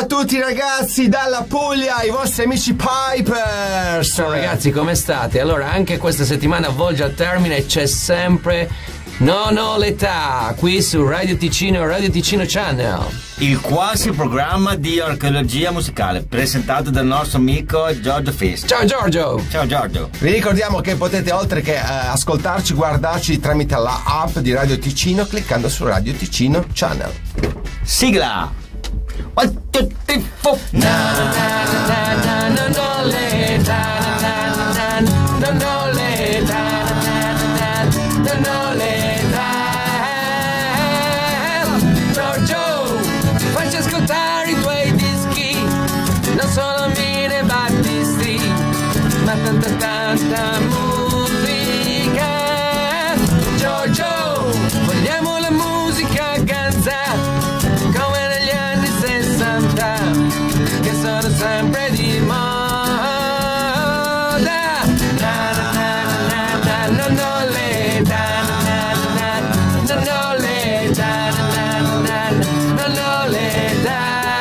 a tutti ragazzi dalla Puglia, i vostri amici Pipers. Ciao ragazzi, come state? Allora, anche questa settimana volge al termine e c'è sempre Non ho l'età, qui su Radio Ticino e Radio Ticino Channel. Il quasi programma di archeologia musicale presentato dal nostro amico Giorgio Fieschi. Ciao Giorgio! Ciao Giorgio! Vi ricordiamo che potete oltre che ascoltarci, guardarci tramite la app di Radio Ticino cliccando su Radio Ticino Channel. Sigla! One, two, three, four. Non ho l'età, non ho l'età, non ho l'età. Giorgio, facci ascoltare i tuoi dischi, non solo Mine Battisti, ma tanta musica. Giorgio, vogliamo la musica ganza come negli anni 60, che sono sempre di moda. Non ho l'età, non ho l'età, non ho l'età.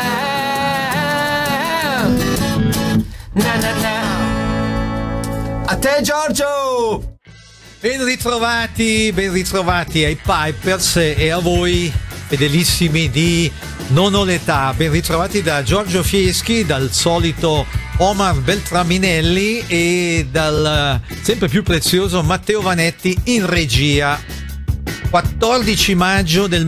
A te Giorgio! Ben ritrovati ai Pipers e a voi fedelissimi di Non ho l'età. Ben ritrovati da Giorgio Fieschi, dal solito Omar Beltraminelli e dal sempre più prezioso Matteo Vanetti in regia. 14 maggio del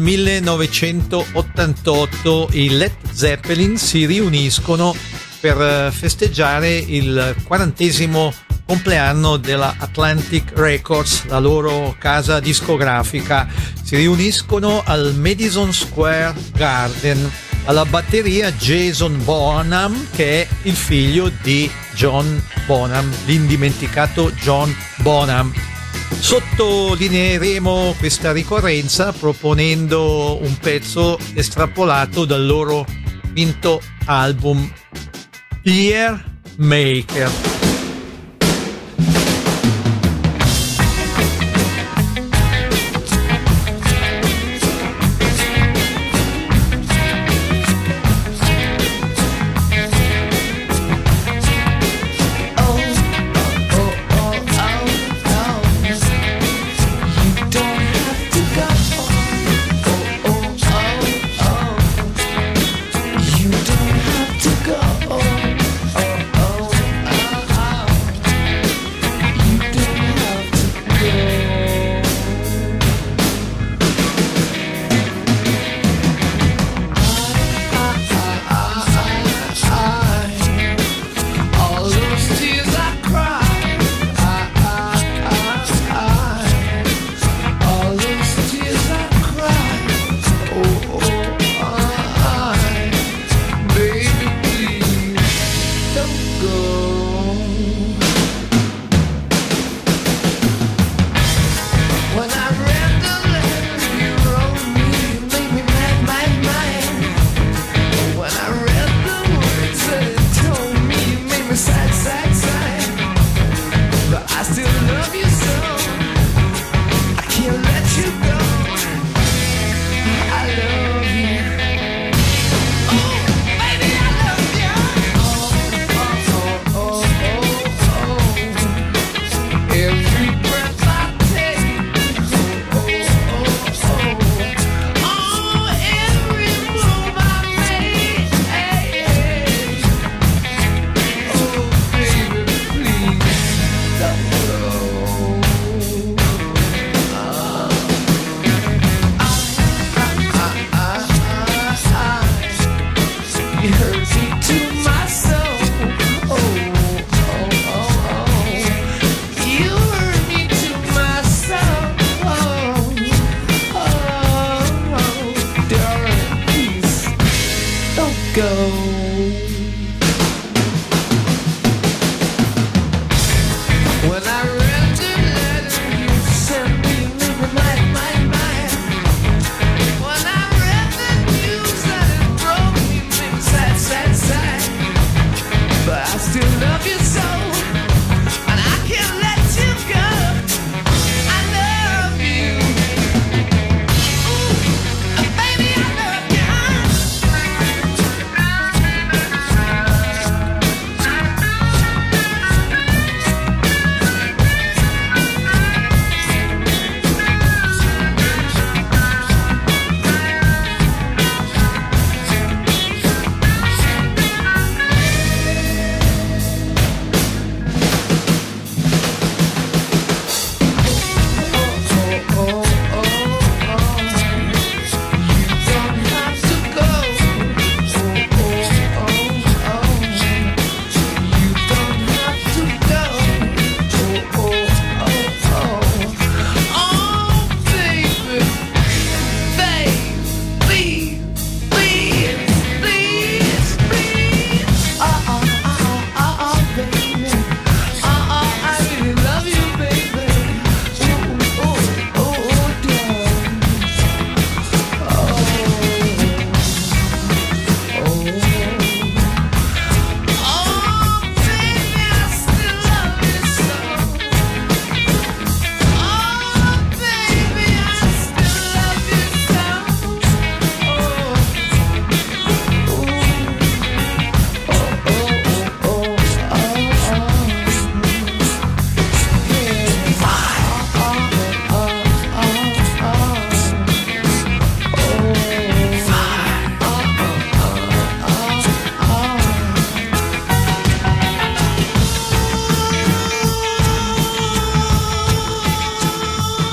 1988 i Led Zeppelin si riuniscono per festeggiare il 40° compleanno della Atlantic Records, la loro casa discografica. Si riuniscono al Madison Square Garden. Alla batteria Jason Bonham, che è il figlio di John Bonham, l'indimenticato John Bonham. Sottolineeremo questa ricorrenza proponendo un pezzo estrapolato dal loro quinto album, Year Maker.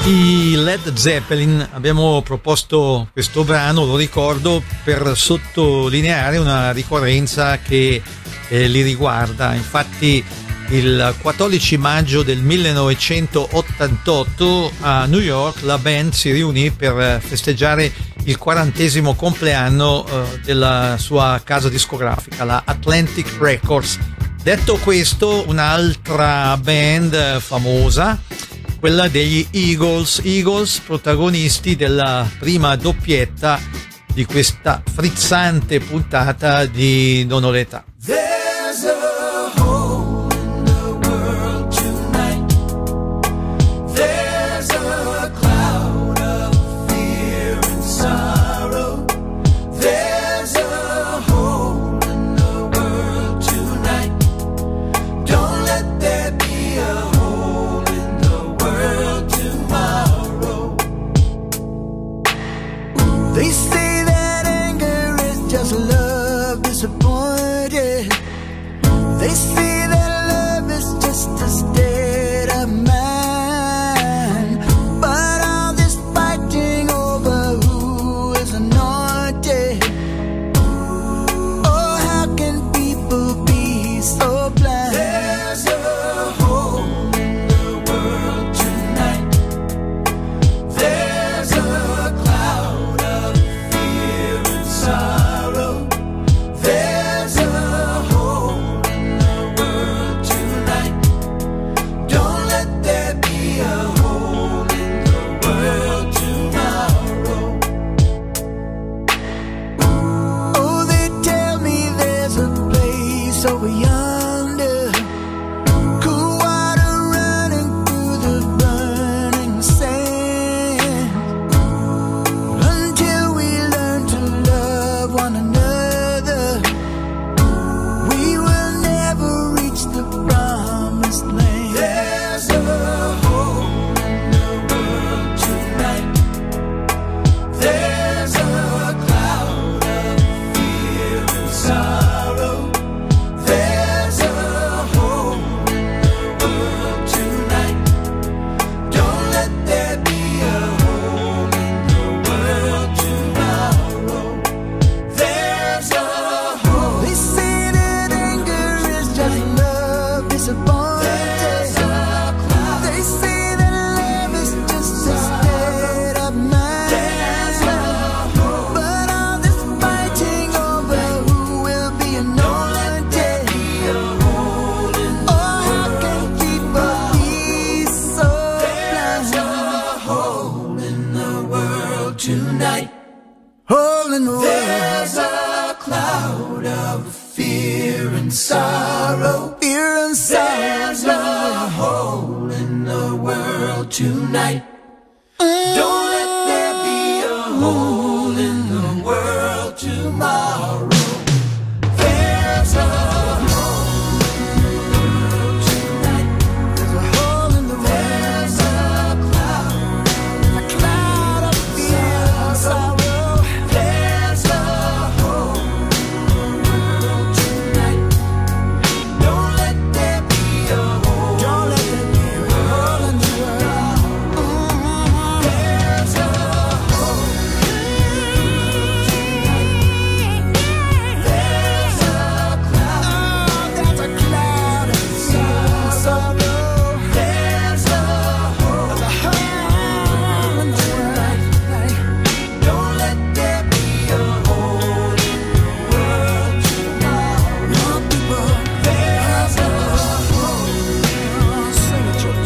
I Led Zeppelin. Abbiamo proposto questo brano, lo ricordo, per sottolineare una ricorrenza che li riguarda. Infatti il 14 maggio del 1988 a New York la band si riunì per festeggiare il 40° compleanno della sua casa discografica, la Atlantic Records. Detto questo, un'altra band famosa, quella degli Eagles, protagonisti della prima doppietta di questa frizzante puntata di Non ho l'età. There's a hole in the world tonight. There's a cloud of fear and sorrow. There's a hole in the world tonight. Don't let there be a hole in the world tomorrow. They say that anger is just love disappointed. They say that love is just a state of mind. But all this fighting over who is anointed. Oh, how can people be so blind? There's a hole in the world tonight. There's a cloud of fear and sorrow. There's a hole in the world tonight. Don't let there be a hole in the world tomorrow. Oh, they tell me there's a place over yonder, cool water running through the burning sand. Until we learn to love one another, we will never reach the promised land. There's a hole in the world tonight. There's a cloud of fear and sorrow. There's a hole in the world tonight. Don't let there be a hole in the world tomorrow. There's a hole. They say that anger is just love disappointed. There's a cloud. They say that love is just a state of mind. There's a hole. But all this fighting over who will be anointed. Oh, how can people be so blind? There's a hole in the world tonight. Hole in the world. There's a cloud of fear and sorrow. Fear and sorrow. There's a hole in the world tonight. Don't let there be a hole in the world tomorrow. There's a hole in the world tonight. There's a hole in the world. There's a cloud of fear and sorrow. There's a hole in the world tonight. Don't let there be a hole. Don't let there be a hole in the world. There's a hole in the world tonight. There's a cloud. There's a cloud of sorrow. There's a hole in the world tonight. Don't let there be a hole in the world tomorrow. There's a hole in the world tonight. There's a cloud.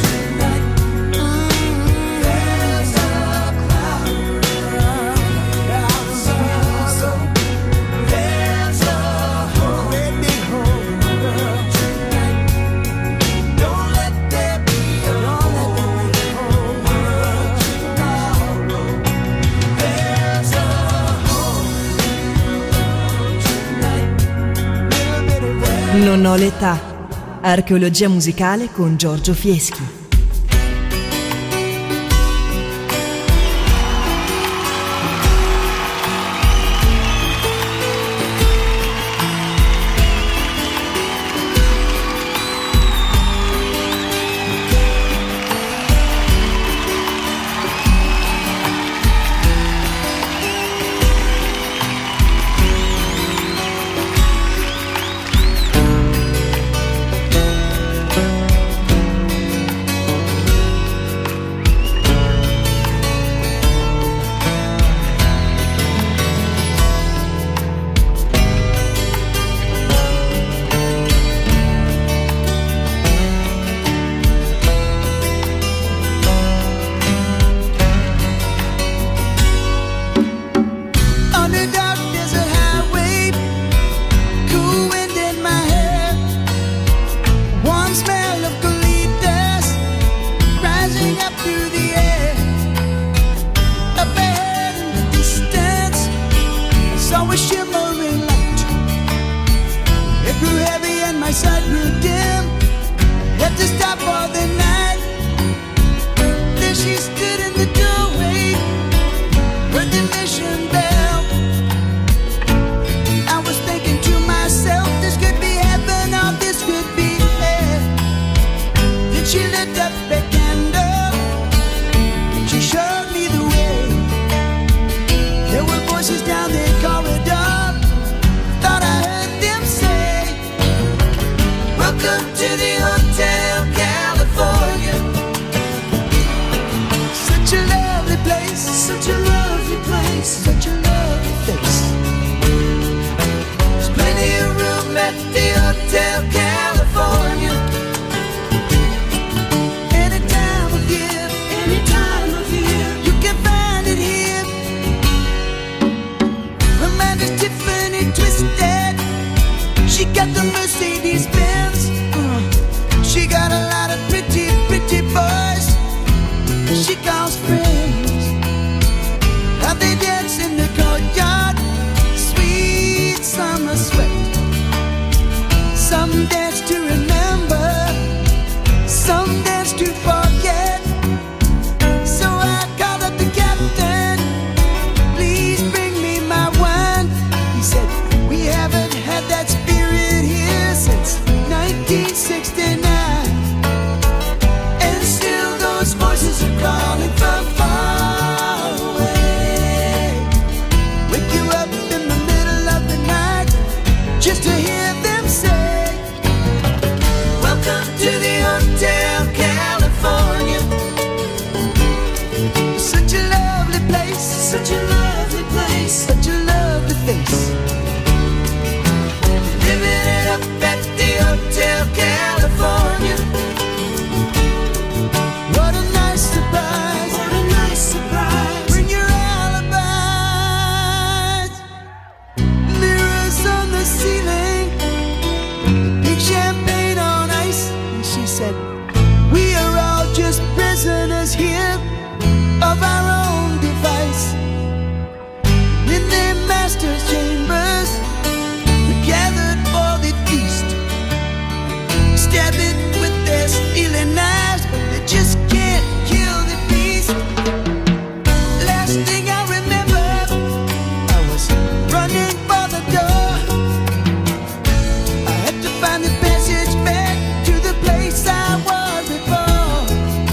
There's a hole, great big hole in the world tonight. Don't let there be a hole in the world tomorrow. There's a hole in the world tonight. Little bit of rain. Non ho l'età. Archeologia musicale con Giorgio Fieschi. She lit up the candle, she showed me the way. There were voices down the corridor, thought I heard them say, welcome to the Hotel California. Such a lovely place, such a lovely place, such a lovely face. There's plenty of room at the Hotel California. Any time of year, you can find it here. Her mind is Tiffany twisted, she got the Mercedes Benz. She got a lot of pretty, pretty boys she calls friends. How they dance in the courtyard, sweet summer sweat. Some dance to remember, some dance to forget. So I called up the captain, please bring me my wine. He said, we haven't had that spirit here since 1969. And still those voices are calling from far away. Wake you up in the middle of the night just to hear them say, welcome to the Hotel California. Such a lovely place, such a lovely place, such a lovely face. Living it up at the Hotel California. What a nice surprise, what a nice surprise. Bring your alibis. Mirrors on the ceiling, big champagne on ice. And she said, we are all just prisoners here of our own device. In their master's chambers, we gathered for the feast, stabbing with their stealing knives, but they just can't kill the beast. Last thing I remember, I was running for the door. I had to find the passage back to the place I was before.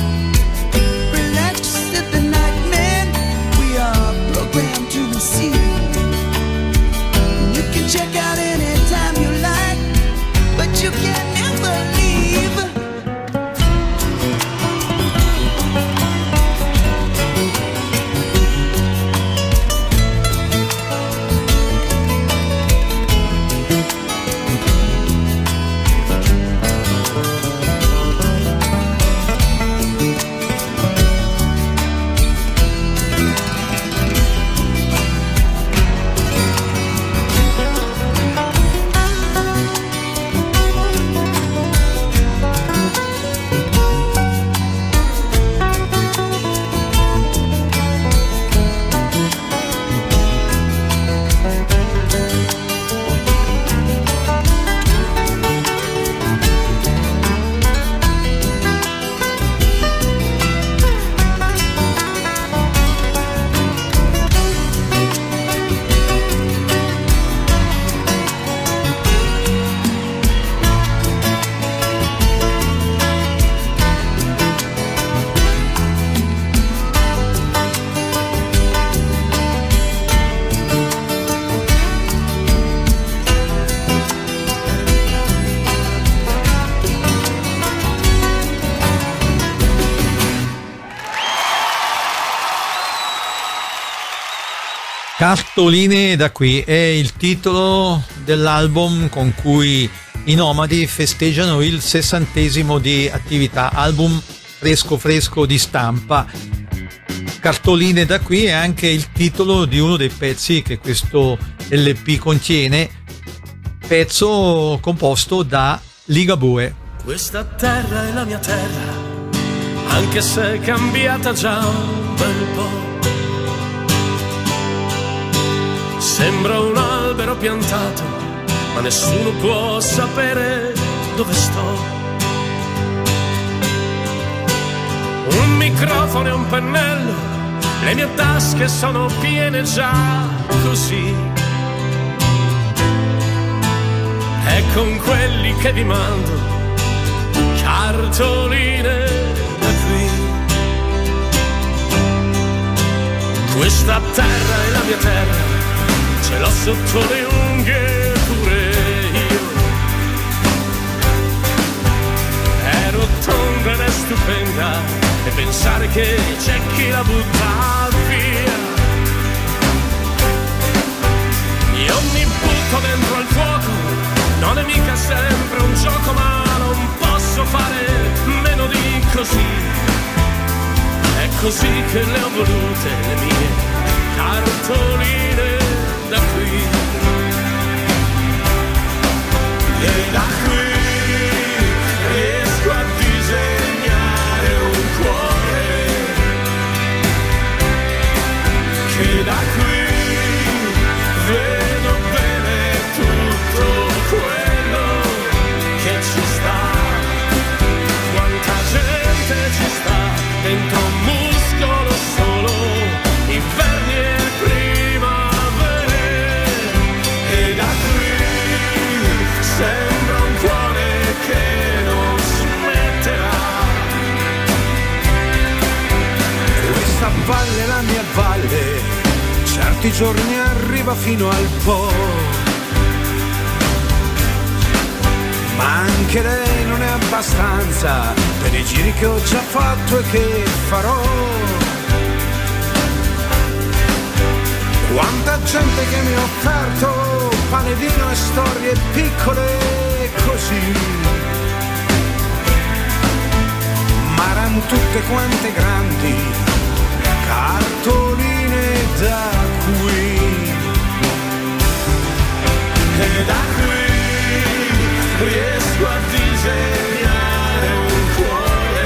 Relax at the nightman, we are programmed to receive. You can check out anytime you like, but you can never leave. Cartoline da qui è il titolo dell'album con cui i Nomadi festeggiano il 60° di attività, album fresco di stampa. Cartoline da qui è anche il titolo di uno dei pezzi che questo LP contiene, pezzo composto da Ligabue. Questa terra è la mia terra, anche se è cambiata già un bel po'. Sembra un albero piantato, ma nessuno può sapere dove sto. Un microfono e un pennello, le mie tasche sono piene già così. E con quelli che vi mando, cartoline terra è la mia terra, ce l'ho sotto le unghie pure io. È rotonda ed è stupenda, e pensare che c'è chi la butta via. Io mi butto dentro al fuoco, non è mica sempre un gioco, ma non posso fare meno di così. È così che le ho volute le mie cartoline da qui. E da qui riesco a disegnare un cuore, che da qui vedo bene tutto quello che ci sta. Quanta gente ci sta dentro un muscolo solo, inverni e primavere. E da qui sembra un cuore che non smetterà. Questa valle è la mia valle, certi giorni arriva fino al Po, ma anche lei non è abbastanza per i giri che ho già fatto e che farò. Quanta gente che mi ha offerto pane, vino e storie piccole così, ma erano tutte quante grandi cartoline da qui. E da qui riesco a disegnare un cuore,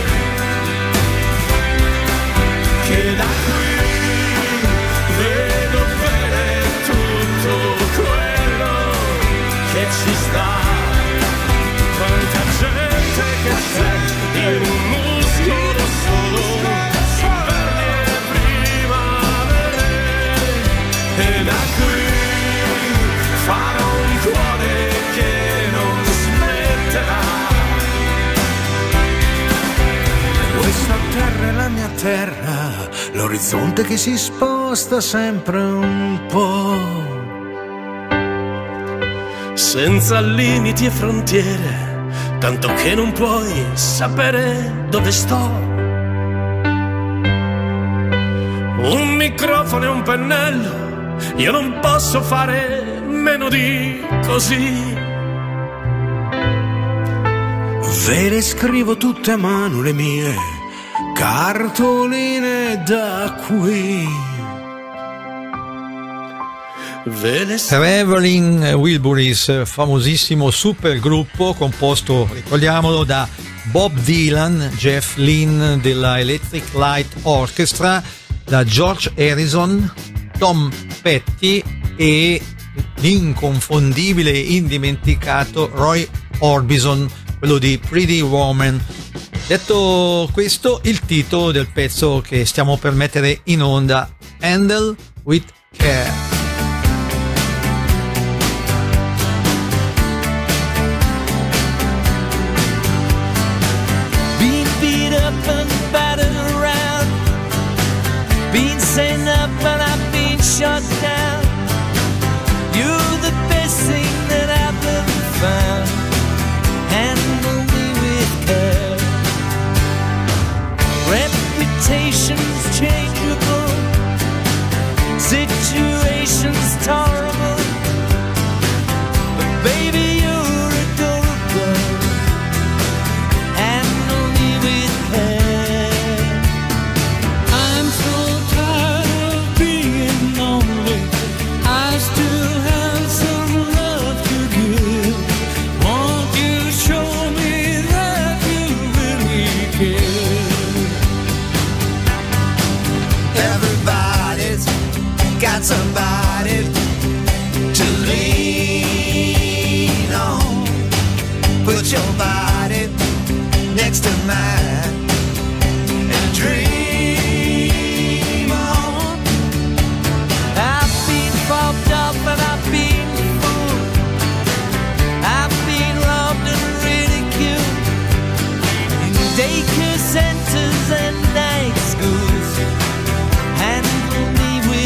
che da qui vedo bene tutto quello che ci sta. Quanta gente che c'è in un muscolo solo, inverni e primavere. E da qui farò un cuore che non smetterà. Questa terra è la mia terra, l'orizzonte che si sposta sempre un po', senza limiti e frontiere, tanto che non puoi sapere dove sto. Un microfono e un pennello, io non posso fare meno di così. Ve le scrivo tutte a mano le mie cartoline da qui. Traveling Wilburys, famosissimo supergruppo composto, ricordiamolo, da Bob Dylan, Jeff Lynne della Electric Light Orchestra, da George Harrison, Tom Petty e l'inconfondibile e indimenticato Roy Orbison, quello di Pretty Woman. Detto questo, il titolo del pezzo che stiamo per mettere in onda, Handle with Care. Shut down. You're the best thing that I've ever found. Handle me with care. Reputations changeable, situations tolerable, but baby you're adorable. Handle me with care. I'm so tired of being lonely. I still have some love to give. Won't you show me that you really care? Everybody's got somebody to lean on. Put your body next to mine and dream on. I've been fobbed up and I've been fooled. I've been robbed and ridiculed in daycare centers and night schools. Handle me with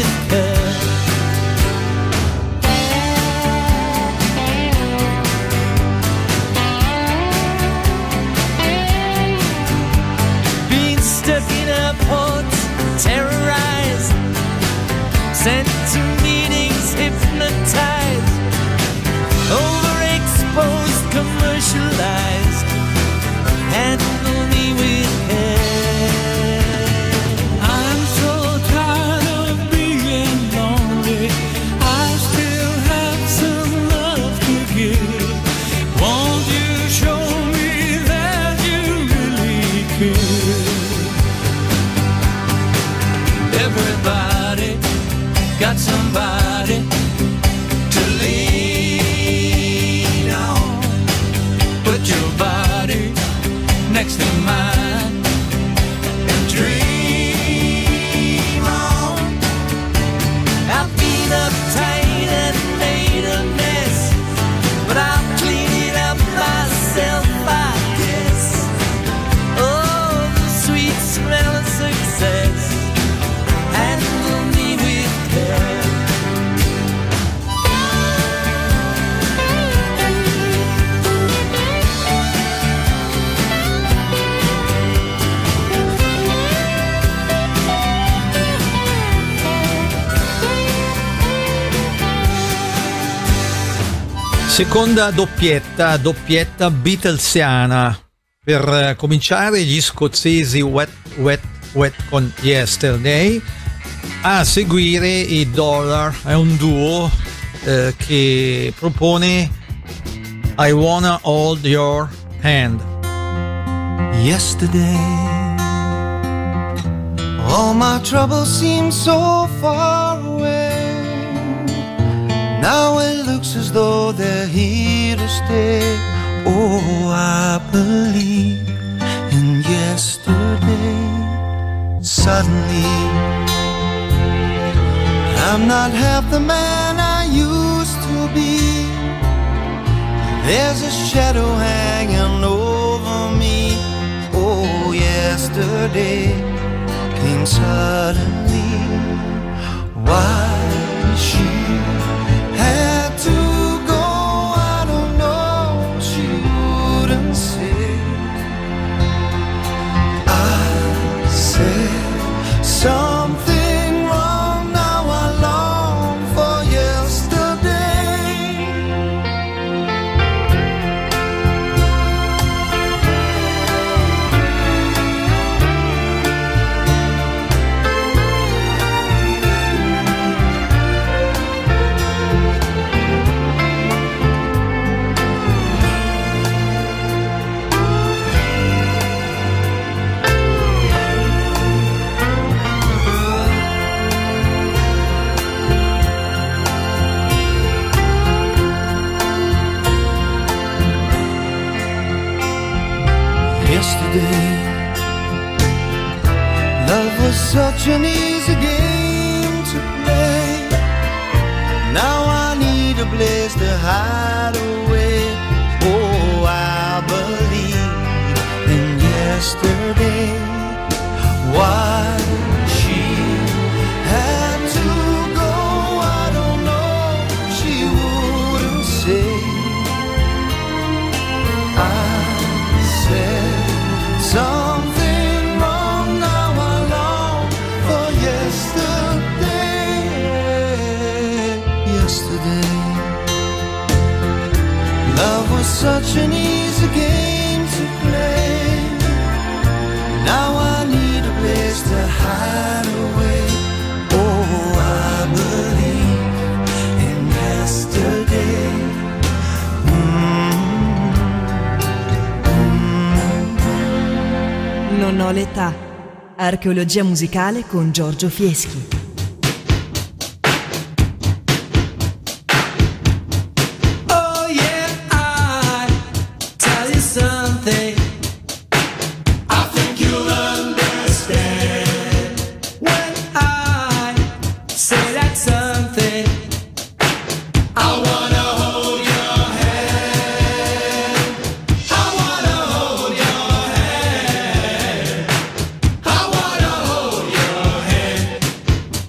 sent to meetings, hypnotized, overexposed, commercialized. Handle me with care. I'm so tired of being lonely. I still have some love to give. Won't you show me that you really care? Everybody got somebody to lean on. Put your body next to mine and dream on. I've been uptight and made a mess, but I'll clean it up myself, I guess. Oh, the sweet smell of success. Handle me with care. Seconda doppietta Beatlesiana. Per cominciare gli scozzesi Wet Wet Wet con Yesterday, a seguire i Dollar, è un duo che propone I Wanna Hold Your Hand. Yesterday, all my troubles seem so far away. Now it looks as though they're here to stay. Oh, I believe in yesterday. Suddenly, I'm not half the man I used to be. There's a shadow hanging over me. Oh, yesterday came suddenly. Why she had to go, I don't know, she wouldn't say. I said something wrong, now I long for yesterday. Yesterday, love was such an easy game to play. Now I need a place to hide away. Oh, I believe in yesterday. Why she had to go, I don't know, she wouldn't say. I said something wrong, now I long for yesterday. Yesterday, love was such an easy game to play. Now I need a place to hide away. Oh, I believe in yesterday. Non ho l'età. Archeologia musicale con Giorgio Fieschi. Oh yeah, I tell you something. I think you'll understand when I say that something. I wanna hold your hand. I wanna hold your hand. I wanna hold your hand.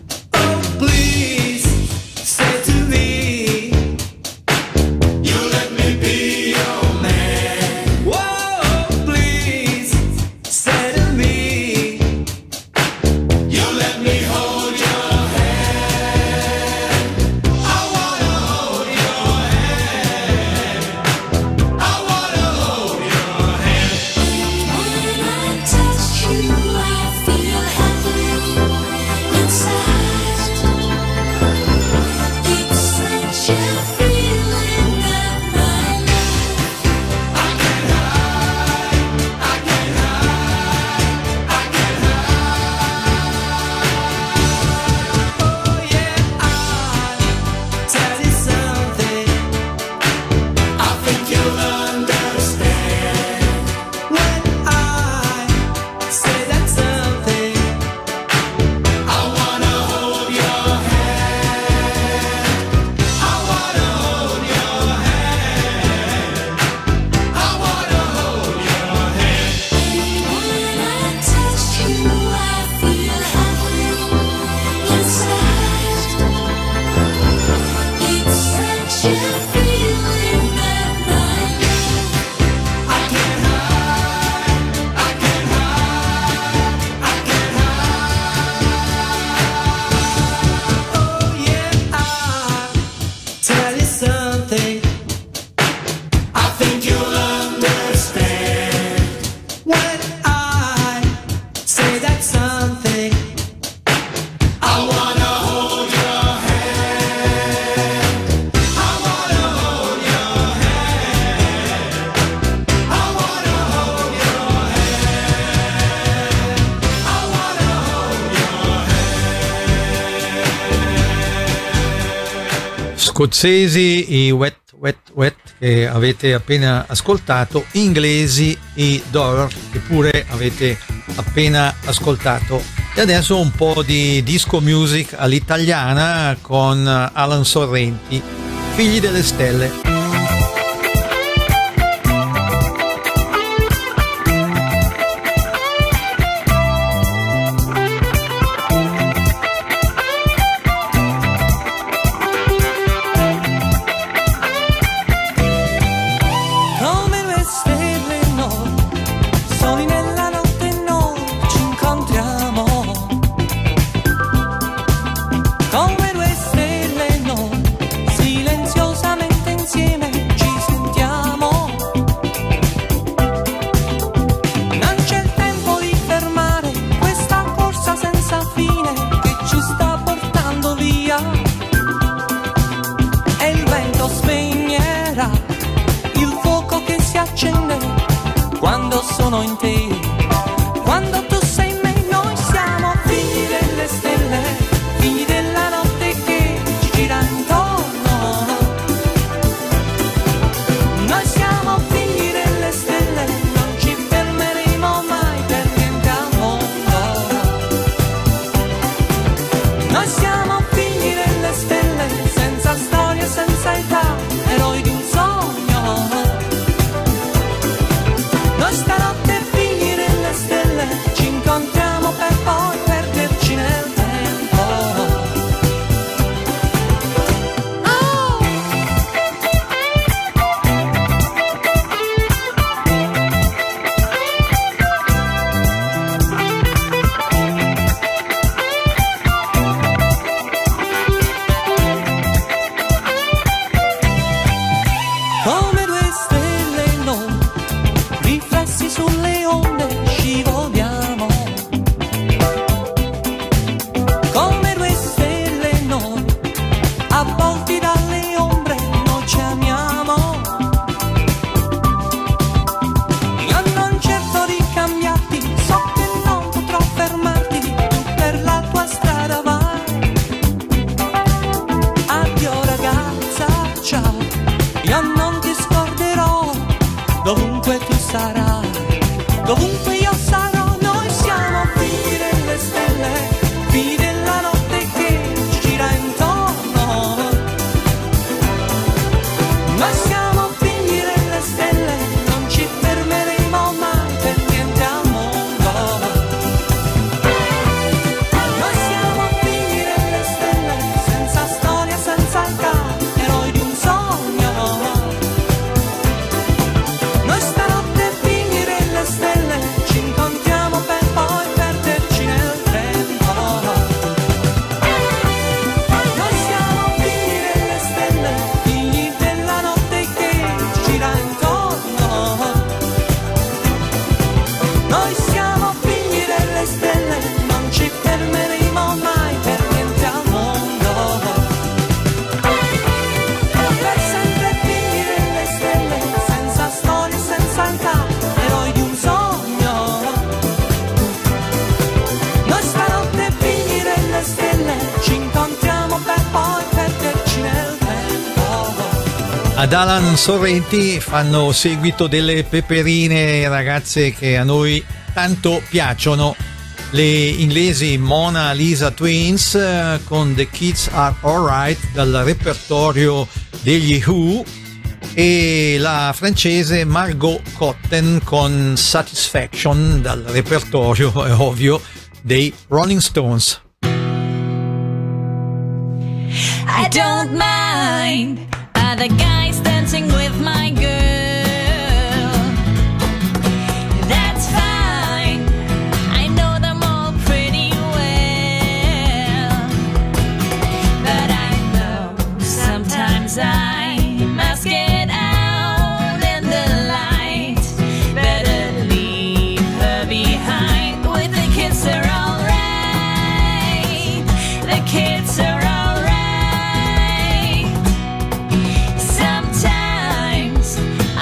Scozzesi i Wet Wet Wet che avete appena ascoltato, inglesi i Door che pure avete appena ascoltato. E adesso un po' di disco music all'italiana con Alan Sorrenti, Figli delle Stelle. Quando sono in te, quando tu sei in me, noi siamo figli delle stelle, figli della notte che ci gira intorno. Noi siamo figli delle stelle, non ci fermeremo mai per niente al mondo. Noi siamo figli delle stelle, senza storia, senza età, eroi di un sogno. Noi stanotte figli delle stelle ci incontriamo per poi perderci nel tempo. Oh! Come due stelle noi, riflessi sulle onde scivoliamo. Come due stelle noi, avvolti dalle ombre noi ci amiamo. Io non cerco di cambiarti, so che non potrò fermarti, tu per la tua strada vai. Addio ragazza, ciao, io non ti scorderò, dovunque tu sarai, dovunque io sarò. Noi siamo figli delle stelle, figli della notte che ci gira intorno. Noi siamo figli delle stelle, non ci fermeremo mai per niente al mondo. Noi siamo figli delle stelle, senza storia, senza età, eroi di un sogno. Noi stanotte figli delle stelle ci incontriamo per poi perderci nel tempo. Noi siamo figli delle stelle, figli della notte che ci gira intorno. Noi siamo figli delle stelle, non ci fermeremo mai per niente al mondo. Per sempre figli delle stelle, senza storia, senza età, eroi di un sogno. Noi stanotte figli delle stelle ci incontriamo per poi perderci nel tempo. Ad Alan Sorrenti fanno seguito delle peperine ragazze che a noi tanto piacciono, le inglesi Mona Lisa Twins con The Kids Are Alright dal repertorio degli Who e la francese Margot Cotten con Satisfaction dal repertorio, è ovvio, dei Rolling Stones. I don't mind other guys dancing with my girl. That's fine. I know them all pretty well. But I know sometimes I must get out in the light. Better leave her behind. With the kids are alright. The kids are alright. Sometimes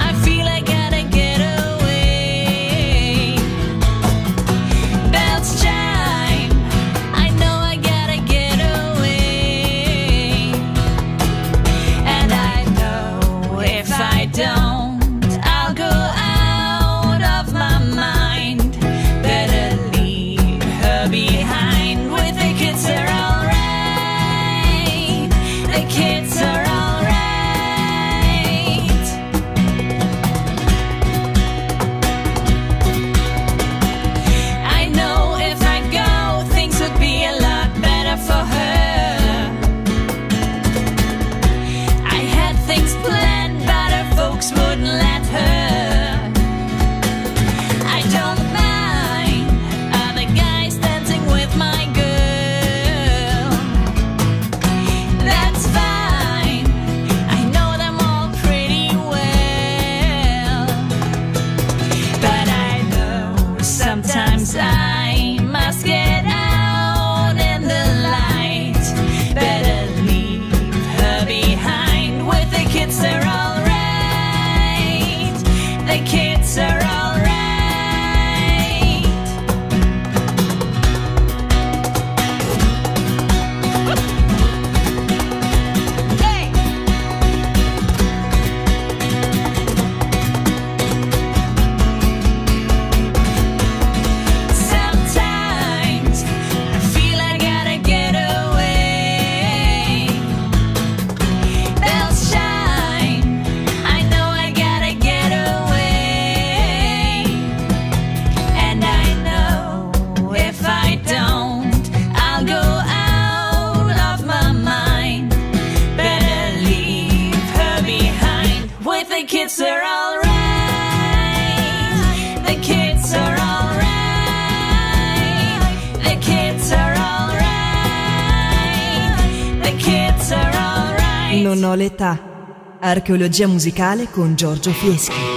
non ho l'età. Archeologia musicale con Giorgio Fieschi.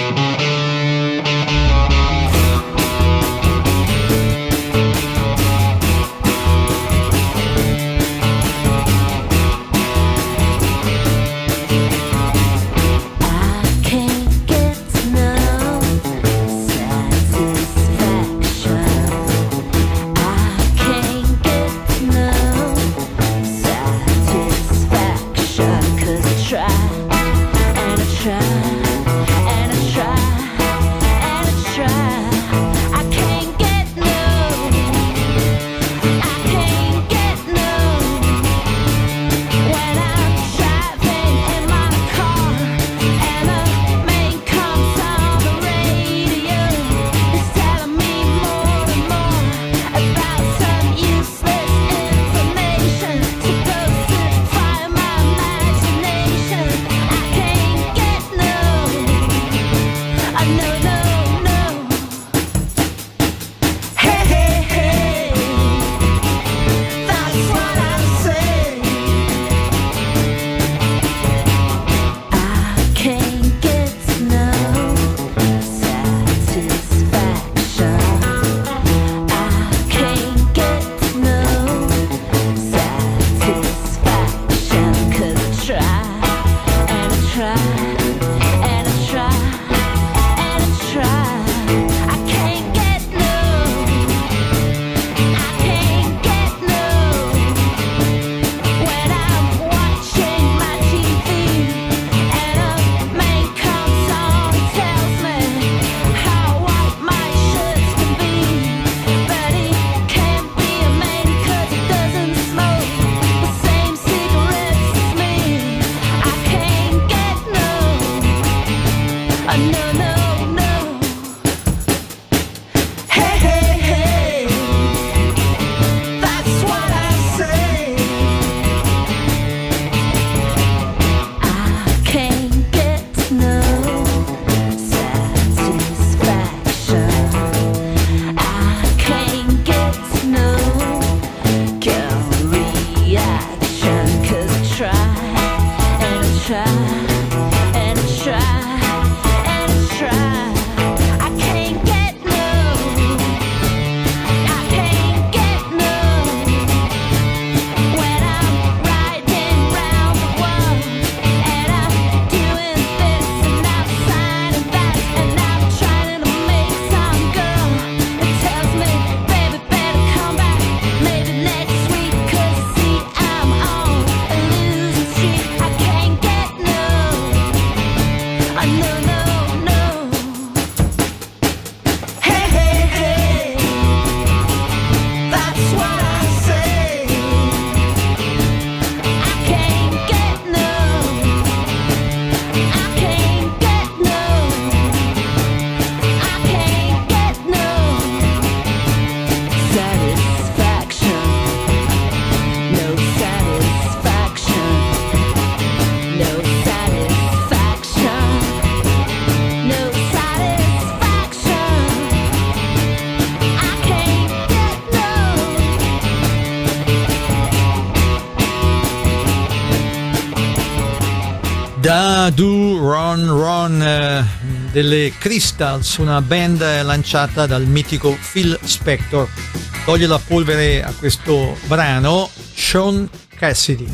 Da Do Run Run delle Crystals, una band lanciata dal mitico Phil Spector. Toglie la polvere a questo brano Sean Cassidy.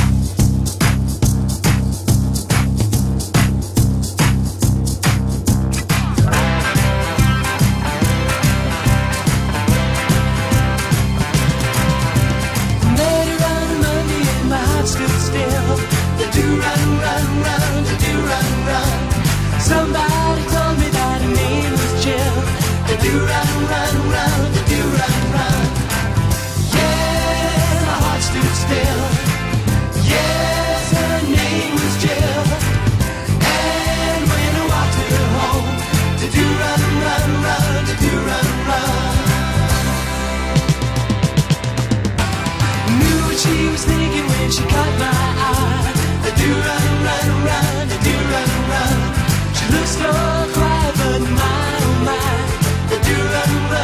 Somebody told me that her name was Jill. The do run, run, run, the do run, run. Yeah, my heart stood still. Yes, her name was Jill. And when I walked her home, the do run, run, run, the do run, run. Knew what she was thinking when she caught my eye. The do run, run, run, the do run, run. Looks so quiet, but my, oh my, the do run, run.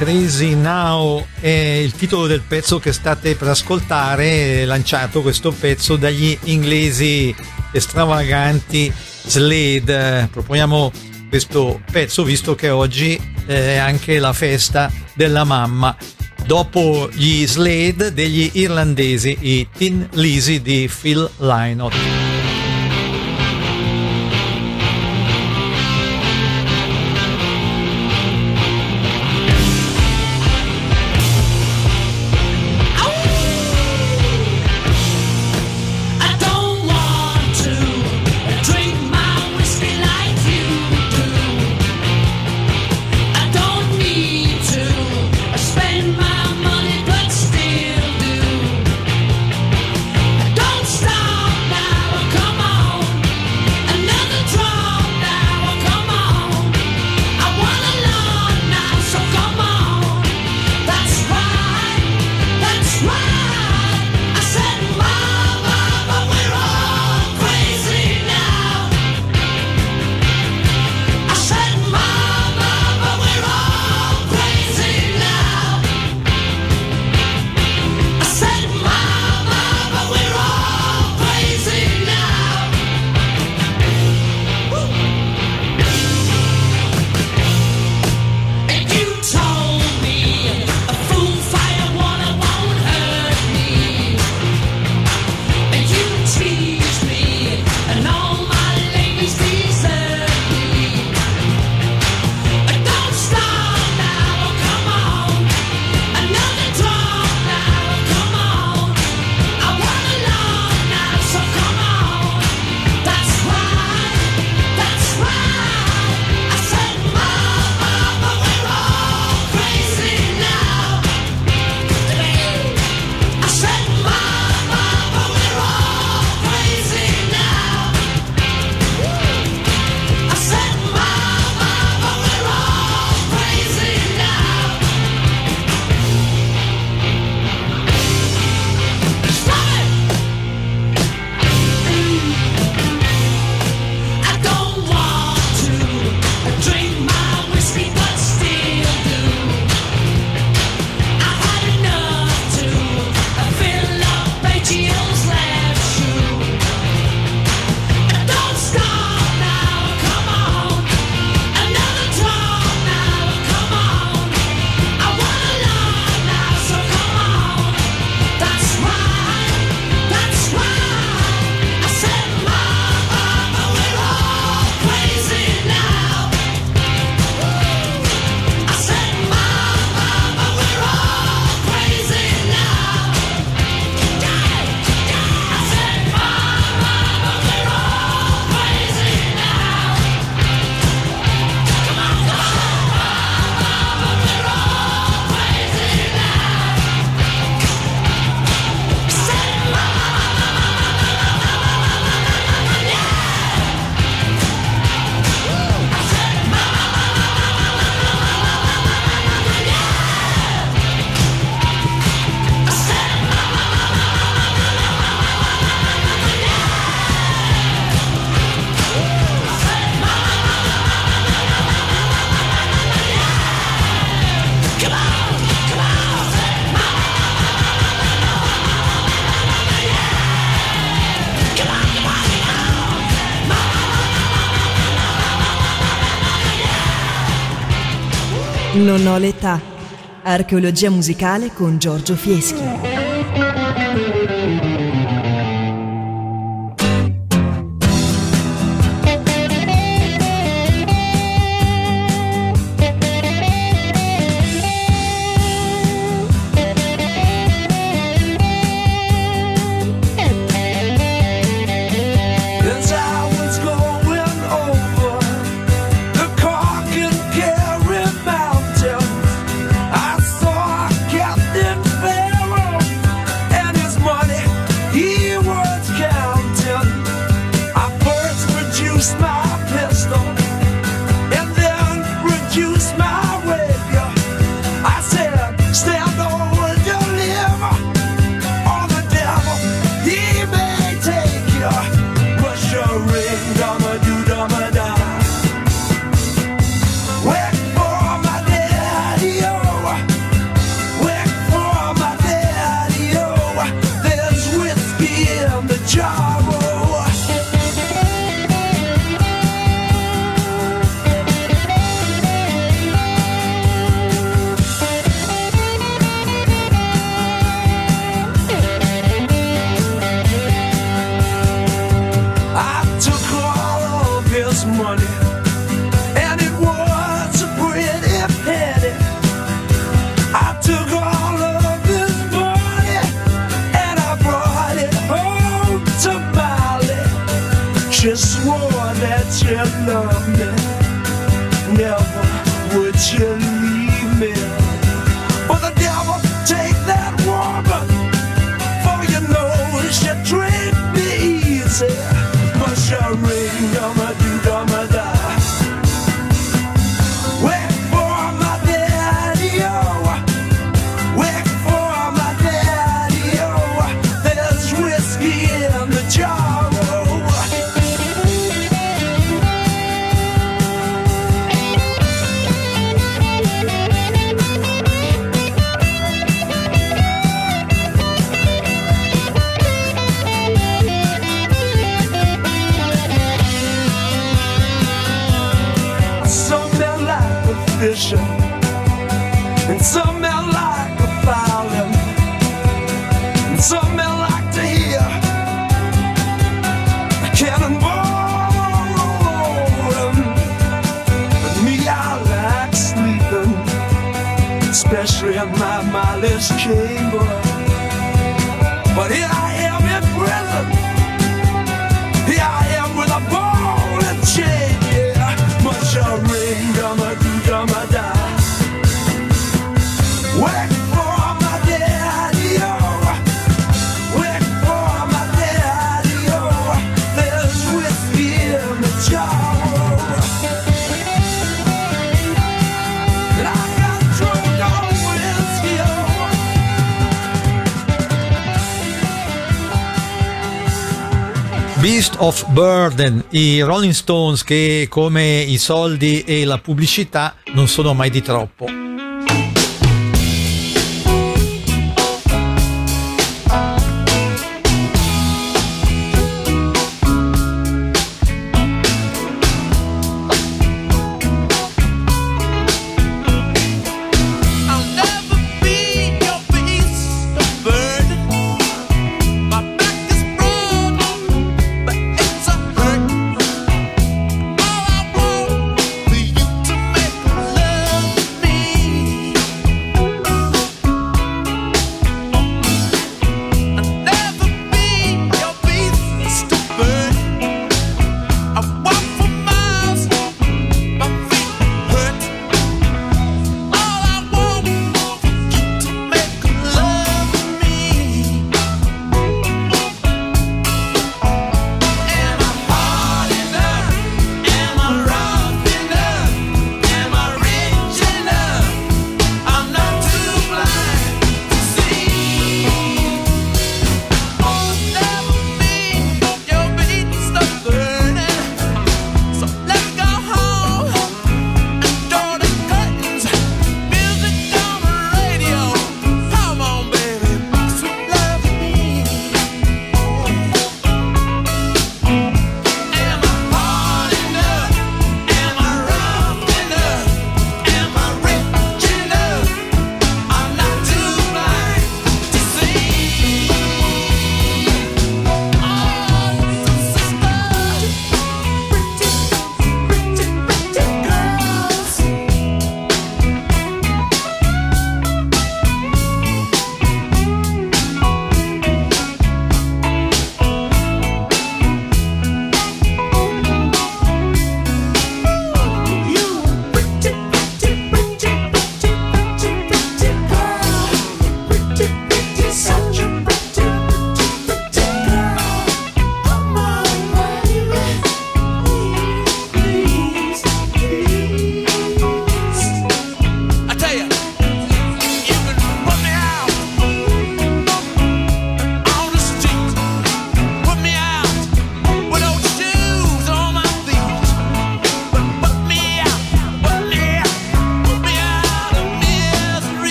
Crazy Now è il titolo del pezzo che state per ascoltare, lanciato questo pezzo dagli inglesi stravaganti Slade. Proponiamo questo pezzo visto che oggi è anche la festa della mamma. Dopo gli Slade, degli irlandesi, i Tin Lizzy di Phil Lynott. Stop now, come Non ho l'età. Archeologia musicale con Giorgio Fieschi. Mountains, I saw Captain Pharaoh love me, never would you leave me. But the devil take that woman, for you know she treat me easy. But she ring, dama do, dama da. Wait for my daddy, oh. Wait for my daddy, oh. There's whiskey in the jar, oh. Some men like a fishing, and some men like a fowling, and some men like to hear a cannonball rolling. But me, I like sleeping, especially in my mileage chamber. But here I am in prison, here I am with a ball and chain, yeah. Much a ring, dama do, dama da. Wait for my daddy, oh. Wait for my daddy, oh. There's whiskey in the jar, oh. And I got drunk on whiskey, oh. Beast of Burden, i Rolling Stones che, come i soldi e la pubblicità, non sono mai di troppo. I'll never be your beast of burden. My back is broken, but it's a hurt. All I want for you to make love me.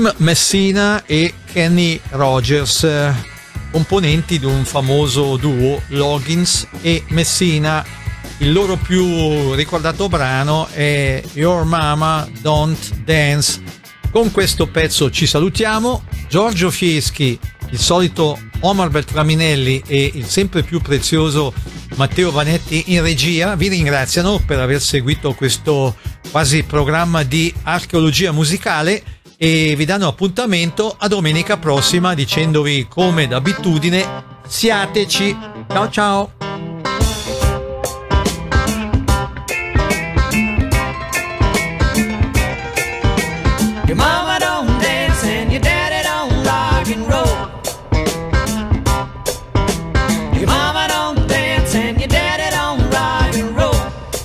Jim Messina e Kenny Rogers, componenti di un famoso duo, Loggins e Messina. Il loro più ricordato brano è Your Mama Don't Dance. Con questo pezzo ci salutiamo. Giorgio Fieschi, il solito Omar Beltraminelli e il sempre più prezioso Matteo Vanetti in regia vi ringraziano per aver seguito questo quasi programma di archeologia musicale e vi danno appuntamento a domenica prossima dicendovi come d'abitudine siateci. Ciao ciao. Your mama don't dance and your daddy don't rock and roll. Your mama don't dance and your daddy don't rock and roll.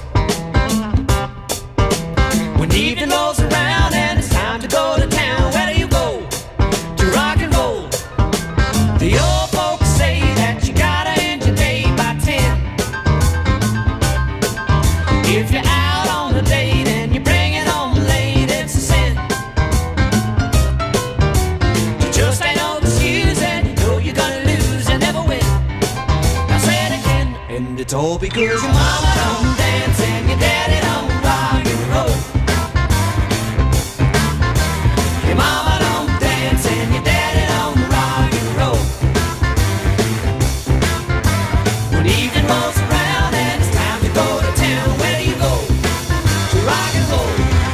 When evening rolls around and it's time to go to town, where do you go? To rock and roll. The old folks say that you gotta end your day by 10. If you're out on a date and you bring it home late, it's a sin. Just ain't no excuse and you know you're gonna lose and never win. Now say it again. And it's all because your mama don't dance and your daddy don't rock and roll. Your mama don't dance and your daddy don't rock and roll. When evening rolls around and it's time to go to town, where do you go? To rock and roll.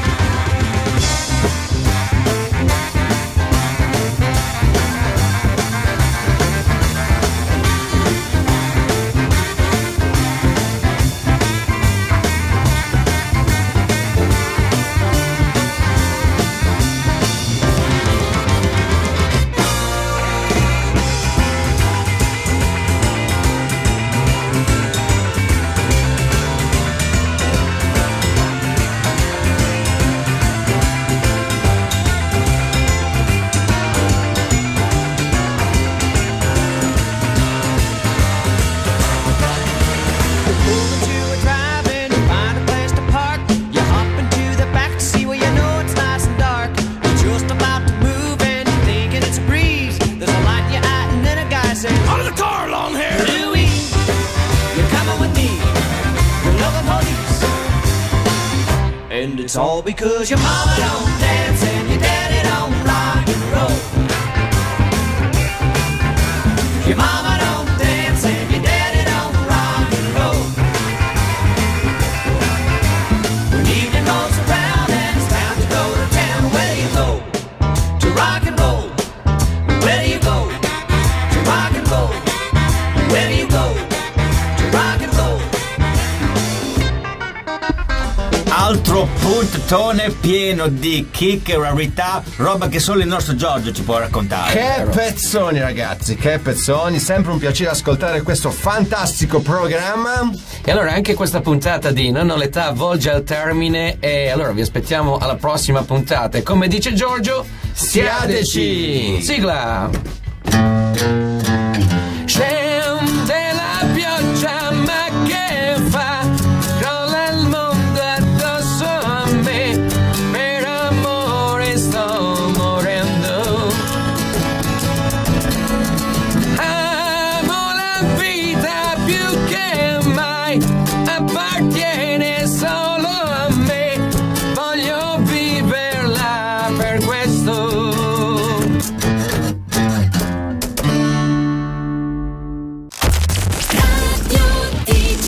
And it's all because your mama don't dance and your daddy don't rock and roll. Your mama don't dance and your daddy don't rock and roll. When evening rolls around and it's time to go to town, where do you go? To rock and roll. Where do you go? To rock and roll. Where do you go? To rock and roll. Altro puntatone pieno di kick e rarità, roba che solo il nostro Giorgio ci può raccontare. Che pezzoni ragazzi, che pezzoni, sempre un piacere ascoltare questo fantastico programma. E allora anche questa puntata di Non ho l'età volge al termine e allora vi aspettiamo alla prossima puntata e come dice Giorgio, siateci! Sigla!